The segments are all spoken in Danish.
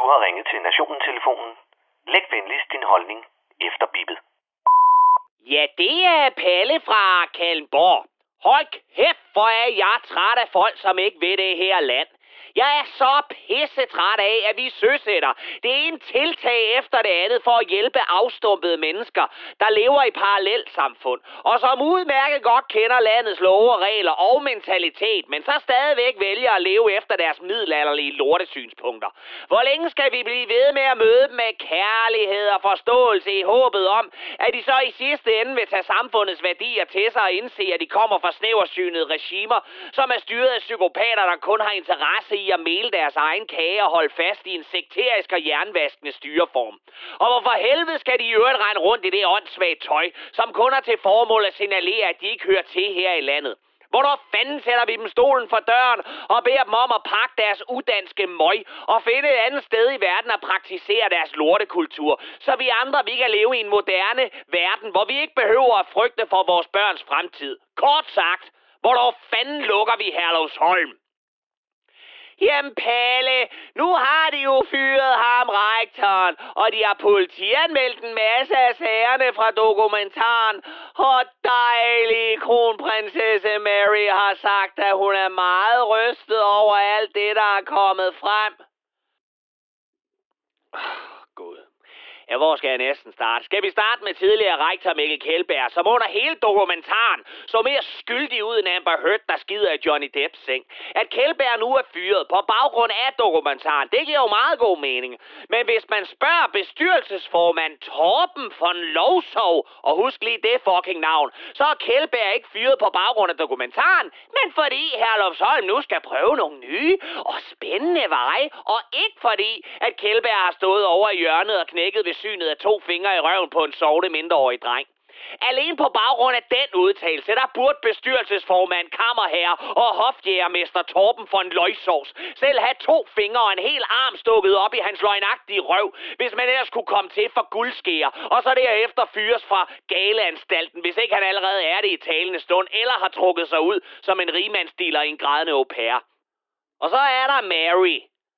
har ringet til Nationen-telefonen. Læg venligst din holdning efter bippet. Ja, det er Palle fra Kalundborg. Hold kæft, hvor er jeg træt af folk, som ikke ved det her land. Jeg er så pissetræt af, at vi søsætter det ene tiltag efter det andet for at hjælpe afstumpede mennesker, der lever i parallelsamfund, og som udmærket godt kender landets love og regler og mentalitet, men så stadigvæk vælger at leve efter deres middelalderlige lortesynspunkter. Hvor længe skal vi blive ved med at møde dem med kærlighed og forståelse i håbet om, at de så i sidste ende vil tage samfundets værdier til sig og indse, at de kommer fra snæversynede regimer, som er styret af psykopater, der kun har interesse i at mele deres egen kage og holde fast i en sekterisk og jernvaskende styreform. Og hvorfor helvede skal de i øvrigt rende rundt i det åndssvagt tøj, som kun har til formål at signalere, at de ikke hører til her i landet? Hvornår fanden sætter vi dem stolen for døren og beder dem om at pakke deres udanske møg og finde et andet sted i verden at praktisere deres lortekultur, så vi andre vi kan leve i en moderne verden, hvor vi ikke behøver at frygte for vores børns fremtid? Kort sagt, hvornår fanden lukker vi Herlufsholm? Jamen Palle, nu har de jo fyret ham, rektoren, og de har politianmeldt en masse af sagerne fra dokumentaren, og dejlige kronprinsesse Mary har sagt, at hun er meget rystet over alt det, der er kommet frem. Gud. Ja, hvor skal jeg næsten starte? Skal vi starte med tidligere rektor Mikkel Kjeldberg, som under hele dokumentaren så mere skyldig ud end Amber Heard, der skider i Johnny Depps seng. At Kjeldberg nu er fyret på baggrund af dokumentaren, det giver jo meget god mening. Men hvis man spørger bestyrelsesformand Torben von Lovsov, og husk lige det fucking navn, så er Kjeldberg ikke fyret på baggrund af dokumentaren, men fordi Herlufsholm nu skal prøve nogle nye og spændende veje, og ikke fordi, at Kjeldberg har stået over i hjørnet og knækket ved synet af 2 fingre i røven på en sovende mindreårig dreng. Alene på baggrund af den udtalelse, der burde bestyrelsesformand, kammerherre og hofjægermester Torben von Løjsovs selv have 2 fingre og en hel arm stukket op i hans løgnagtige røv, hvis man ellers kunne komme til for guldskære, og så derefter fyres fra galeanstalten, hvis ikke han allerede er det i talende stund, eller har trukket sig ud som en rigmandsdealer i en grædende au pair. Og så er der Mary.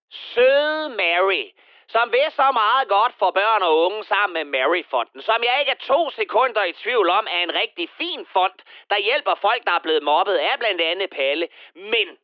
Søde Mary, som ved så meget godt for børn og unge sammen med Mary-fonden, som jeg ikke er 2 sekunder i tvivl om, er en rigtig fin fond, der hjælper folk, der er blevet mobbet af blandt andet Palle. Men,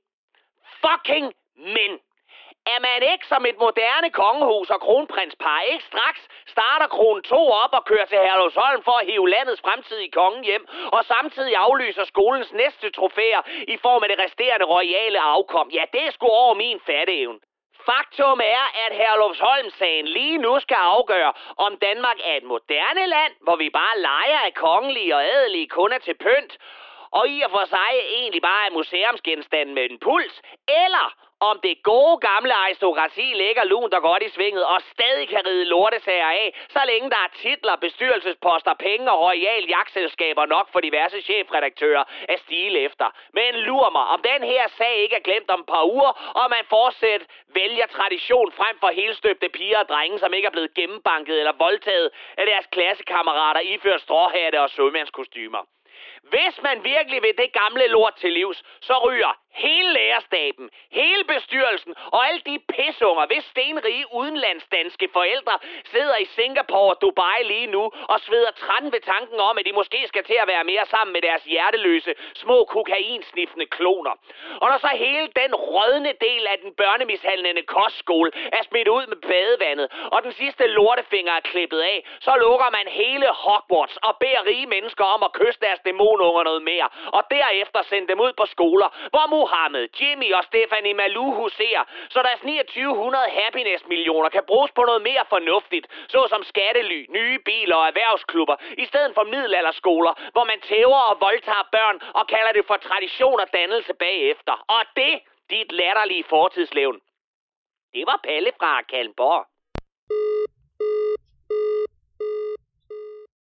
fucking men, er man ikke som et moderne kongehus og kronprinspar ikke straks starter kronen 2 op og kører til Herlufsholm for at hive landets fremtidige konge hjem, og samtidig aflyser skolens næste trofæer i form af det resterende royale afkom? Ja, det er sgu over min fatteevne. Faktum er, at Herlufsholm-sagen lige nu skal afgøre, om Danmark er et moderne land, hvor vi bare leger af kongelige og adelige kunder til pynt, og i og for sig egentlig bare er museumsgenstanden med en puls, eller om det gode gamle aristokrati ligger lunt og godt i svinget og stadig kan ride lortesager af, så længe der er titler, bestyrelsesposter, penge og royal jagtselskaber nok for diverse chefredaktører at stile efter. Men lur mig, om den her sag ikke er glemt om et par uger, og man fortsat vælger tradition frem for helstøbte piger og drenge, som ikke er blevet gennembanket eller voldtaget af deres klassekammerater iført stråhatte og sømandskostymer. Hvis man virkelig vil det gamle lort til livs, så ryger hele lærerstaben, hele bestyrelsen og alle de pisunger, hvis stenrige udenlandsdanske forældre sidder i Singapore og Dubai lige nu og sveder træn ved tanken om, at de måske skal til at være mere sammen med deres hjerteløse, små kokainsniffende kloner. Og når så hele den rådne del af den børnemishandlende kostskole er smidt ud med badevandet, og den sidste lortefinger er klippet af, så lukker man hele Hogwarts og beder rige mennesker om at kysse deres dæmonunger noget mere, og derefter sende dem ud på skoler, hvor Mohammed, Jimmy og Stephanie Malou huserer, så deres 2900 happiness-millioner kan bruges på noget mere fornuftigt, såsom skattely, nye biler og erhvervsklubber, i stedet for middelalderskoler, hvor man tæver og voldtager børn og kalder det for tradition og dannelse bagefter. Og det, dit latterlige fortidslevn. Det var Palle fra Kalundborg.